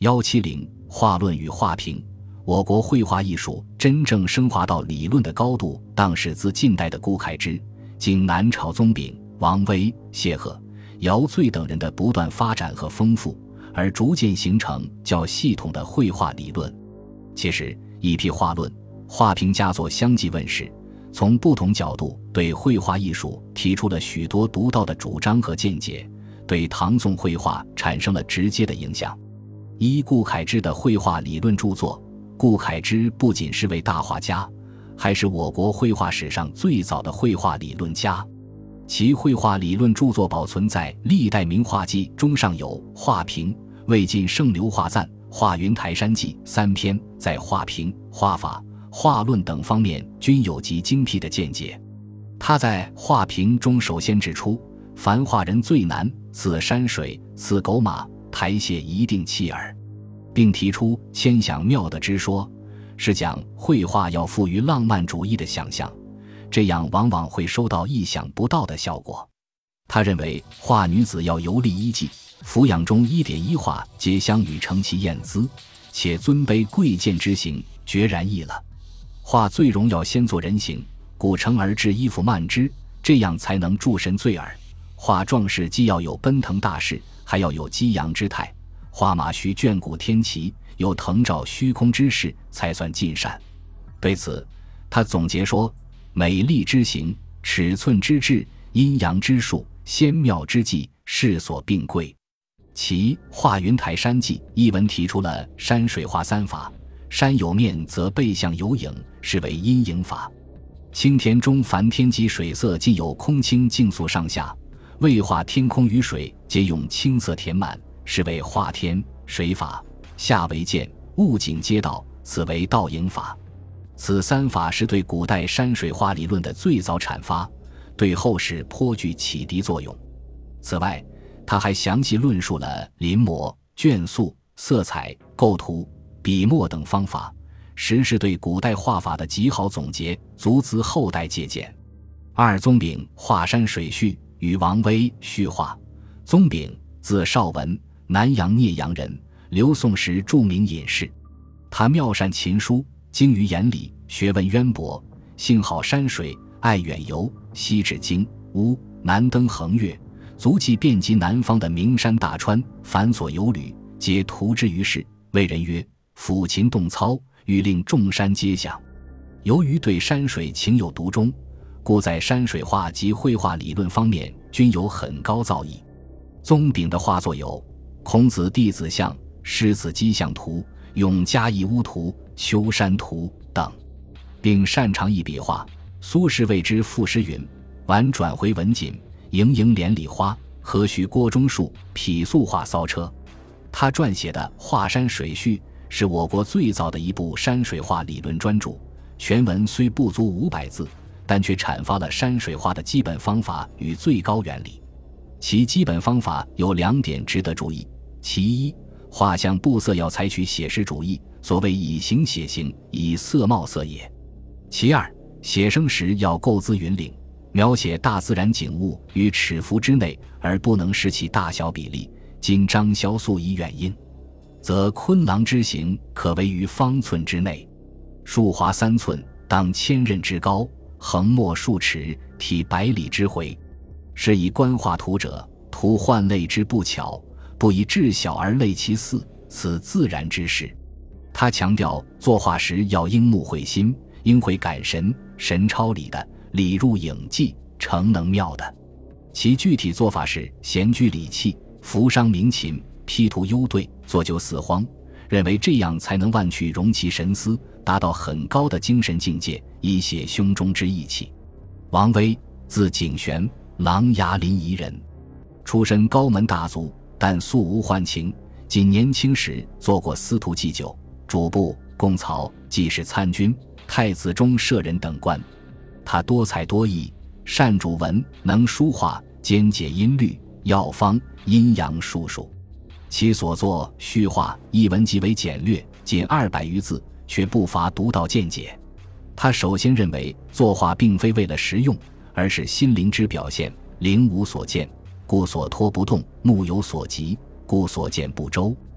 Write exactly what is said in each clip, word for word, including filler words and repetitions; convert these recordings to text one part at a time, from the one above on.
一七零画论与画评。我国绘画艺术真正升华到理论的高度，当是自近代的顾恺之、经南朝宗炳、王威、谢赫、姚醉等人的不断发展和丰富，而逐渐形成较系统的绘画理论。其实一批画论、画评佳作相继问世，从不同角度对绘画艺术提出了许多独到的主张和见解，对唐宋绘画产生了直接的影响。依顾恺之的绘画理论著作，顾恺之不仅是位大画家，还是我国绘画史上最早的绘画理论家。其绘画理论著作保存在《历代名画记》中，上有《画评》《魏晋盛流画赞》《画云台山记》三篇，在画评、画法、画论等方面均有极精辟的见解。他在画评中首先指出，凡画人最难，此山水，此狗马，台榭一定弃耳，并提出千想妙的之说，是讲绘画要富于浪漫主义的想象，这样往往会收到意想不到的效果。他认为画女子要游历衣迹，俯仰中一点一画皆相与成其艳姿，且尊卑贵贱之行决然异了。画最容要先做人形，故成而至衣服慢之，这样才能助神醉耳。画壮士既要有奔腾大势，还要有激扬之态，画马须卷谷天齐，有腾照虚空之势，才算尽善。对此他总结说，美丽之形，尺寸之制，阴阳之术，仙妙之技，势所并贵。其《画云台山记》一文提出了山水画三法，山有面则背向有影，是为阴影法。青田中凡天及水色尽有空清净素上下，未画天空与水皆用青色填满，是为画天水法。下为见物景皆道，此为倒影法。此三法是对古代山水画理论的最早阐发，对后世颇具启迪作用。此外，他还详细论述了临摹、卷塑、色彩、构图、笔墨等方法，实是对古代画法的极好总结，足资后代借鉴。二宗炳画山水序与王威序画。宗炳字绍文，南阳聂阳人，刘宋时著名隐士。他妙善琴书，精于言理，学问渊博，性好山水，爱远游，西至京、乌，南登衡岳，足迹遍及南方的名山大川，凡所游旅，皆图之于世。为人曰抚琴动操，欲令众山皆响。由于对山水情有独钟，故在山水画及绘画理论方面均有很高造诣。宗炳的画作有《孔子弟子像》《狮子迹象图》《永嘉义屋图》《秋山图》等，并擅长一笔画。苏轼谓之赋诗云：婉转回文锦，盈盈连理花，何须锅中树，匹素画骚车。他撰写的《画山水序》是我国最早的一部山水画理论专著，全文虽不足五百字，但却阐发了山水画的基本方法与最高原理。其基本方法有两点值得注意：其一，画像布色要采取写实主义，所谓以形写形，以色貌色也；其二，写生时要构思云岭，描写大自然景物于尺幅之内，而不能失其大小比例，今张萧素以远因，则昆郎之形可为于方寸之内。树华三寸，当千仞之高，横墨数尺，体百里之回。是以观画图者，图幻类之不巧，不以至小而类其似，此自然之事。他强调作画时要应目会心，应会感神，神超理的，理入影迹，诚能妙的。其具体做法是闲居理气，扶伤鸣琴，批图幽对，作就四荒，认为这样才能万去容其神思，达到很高的精神境界，以写胸中之意气。王威，字景玄，琅琊临沂人，出身高门大族，但素无宦情。仅年轻时做过司徒祭酒、主簿、公曹、记事参军、太子中舍人等官。他多才多艺，善主文，能书画，兼解音律、药方、阴阳术数。其所作序画一文极为简略，仅二百余字，却不乏独到见解。他首先认为作画并非为了实用，而是心灵之表现，灵无所见，故所托不动；目有所及，故所见不周。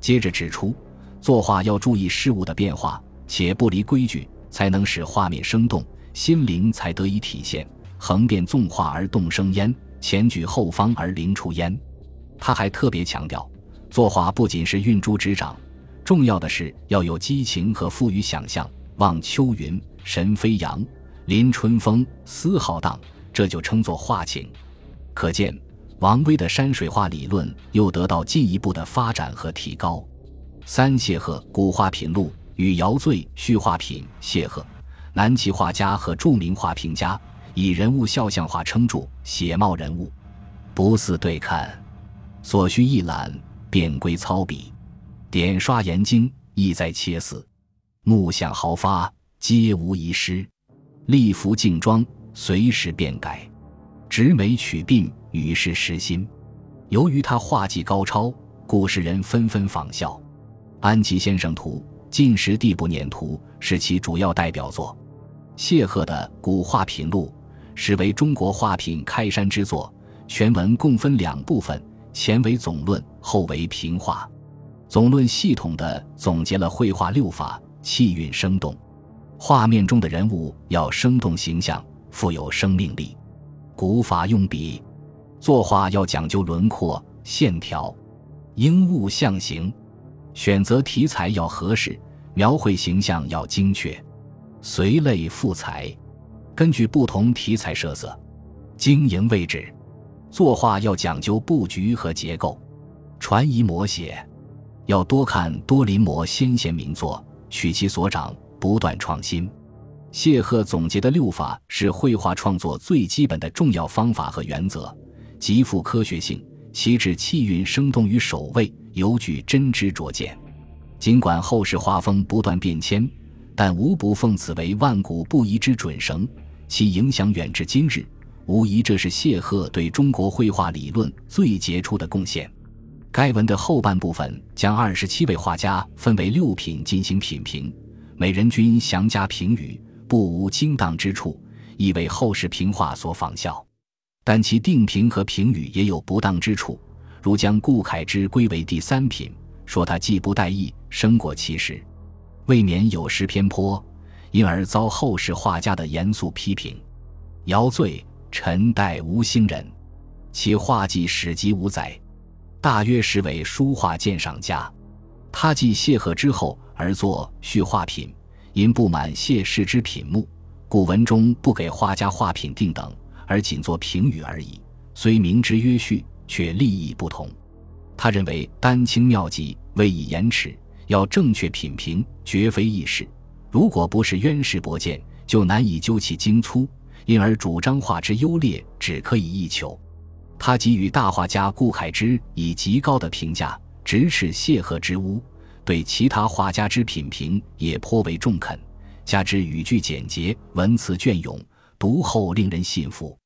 接着指出，作画要注意事物的变化，且不离规矩，才能使画面生动，心灵才得以体现。横变纵画而动生焉，前举后方而灵出焉。他还特别强调，作画不仅是运珠执掌，重要的是要有激情和富于想象，望秋云，神飞扬，临春风，思浩荡，这就称作画情。可见王维的山水画理论又得到进一步的发展和提高。三谢赫古画品录与姚醉序画品谢赫，南齐画家和著名画评家，以人物肖像画称著，写貌人物，不似对看，所需一览，便归操笔，点刷研精，意在切似，目想毫发，皆无遗失，立服静装，随时变改，直眉取鬓，与世实心。由于他画技高超，故世人纷纷仿效。安吉先生图、晋时地部辇图是其主要代表作。谢赫的古画品录是为中国画品开山之作，全文共分两部分，前为总论，后为评画。总论系统地总结了绘画六法，气韵生动，画面中的人物要生动形象，富有生命力。古法用笔，作画要讲究轮廓、线条，应物象形，选择题材要合适，描绘形象要精确，随类赋彩，根据不同题材设色，经营位置。作画要讲究布局和结构，传遗摹写，要多看多临摹先贤名作，取其所长，不断创新。谢赫总结的六法是绘画创作最基本的重要方法和原则，极富科学性，其旨气韵生动于首位，尤具真知灼见。尽管后世画风不断变迁，但无不奉此为万古不移之准绳，其影响远至今日，无疑这是谢赫对中国绘画理论最杰出的贡献。该文的后半部分将二十七位画家分为六品进行品评，每人均详加评语，不无精当之处，亦为后世评画所仿效。但其定评和评语也有不当之处，如将顾恺之归为第三品，说他既不带意，生过其实，未免有失偏颇，因而遭后世画家的严肃批评。姚醉，陈代吴兴人，其画技史籍五载，大约实为书画鉴赏家。他继谢赫之后而作序画品，因不满谢氏之品目，故文中不给画家画品定等，而仅作评语而已，虽名之曰序，却立意不同。他认为丹青妙技未以言齿，要正确品评，绝非易事，如果不是渊识博见，就难以究其精粗，因而主张画之优劣只可以一求。他给予大画家顾恺之以极高的评价，直斥谢赫之污，对其他画家之品评也颇为中肯，加之语句简洁，文辞隽永，读后令人信服。